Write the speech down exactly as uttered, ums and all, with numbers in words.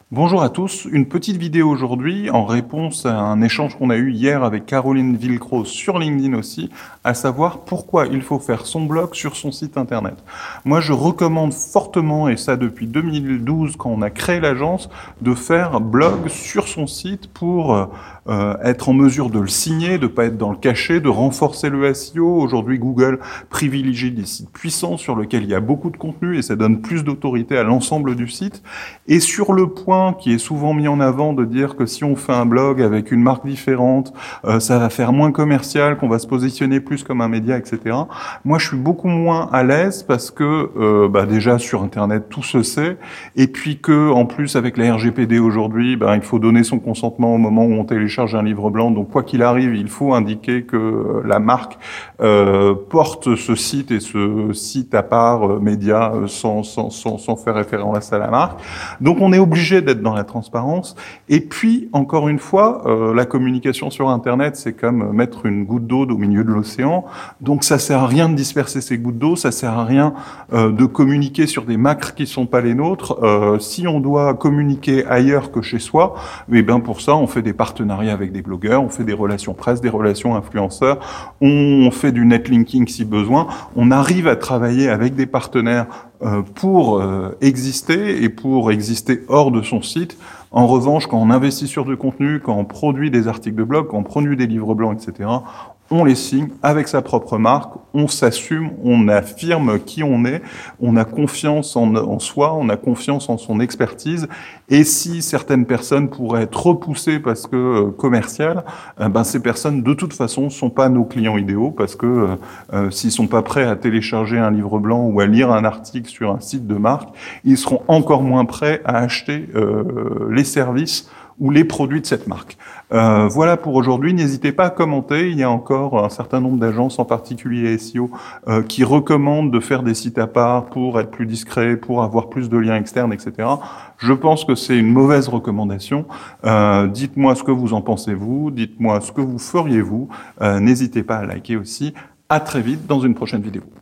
Bonjour à tous, une petite vidéo aujourd'hui en réponse à un échange qu'on a eu hier avec Caroline Villecros sur LinkedIn aussi, à savoir pourquoi il faut faire son blog sur son site internet. Moi je recommande fortement, et ça depuis deux mille douze quand on a créé l'agence, de faire blog sur son site pour euh, être en mesure de le signer, de ne pas être dans le cachet, de renforcer le S E O. Aujourd'hui Google privilégie des sites puissants sur lesquels il y a beaucoup de contenu et ça donne plus d'autorité à l'ensemble du site. Et sur le point qui est souvent mis en avant de dire que si on fait un blog avec une marque différente, euh, ça va faire moins commercial, qu'on va se positionner plus comme un média, et cetera. Moi, je suis beaucoup moins à l'aise parce que euh, bah, déjà sur Internet tout se sait, et puis que en plus avec la R G P D aujourd'hui, bah, il faut donner son consentement au moment où on télécharge un livre blanc. Donc quoi qu'il arrive, il faut indiquer que la marque euh, porte ce site et ce site à part euh, média euh, sans, sans, sans, sans faire référence à la marque. Donc on est obligé d'être dans la transparence. Et puis, encore une fois, euh, la communication sur Internet, c'est comme mettre une goutte d'eau au milieu de l'océan. Donc ça sert à rien de disperser ces gouttes d'eau, ça sert à rien euh, de communiquer sur des macres qui sont pas les nôtres. Euh, si on doit communiquer ailleurs que chez soi, eh bien pour ça, on fait des partenariats avec des blogueurs, on fait des relations presse, des relations influenceurs, on fait du netlinking si besoin. On arrive à travailler avec des partenaires euh, pour euh, exister et pour exister hors de son site. En revanche, quand on investit sur du contenu, quand on produit des articles de blog, quand on produit des livres blancs, et cetera, on les signe avec sa propre marque, on s'assume, on affirme qui on est, on a confiance en, en soi, on a confiance en son expertise. Et si certaines personnes pourraient être repoussées parce que euh, commerciales, euh, ben ces personnes de toute façon sont pas nos clients idéaux parce que euh, euh, s'ils sont pas prêts à télécharger un livre blanc ou à lire un article sur un site de marque, ils seront encore moins prêts à acheter euh, les services ou les produits de cette marque. Euh, voilà pour aujourd'hui. N'hésitez pas à commenter. Il y a encore un certain nombre d'agences, en particulier S E O, euh, qui recommandent de faire des sites à part pour être plus discret, pour avoir plus de liens externes, et cetera. Je pense que c'est une mauvaise recommandation. Euh, dites-moi ce que vous en pensez vous. Dites-moi ce que vous feriez vous. Euh, n'hésitez pas à liker aussi. À très vite dans une prochaine vidéo.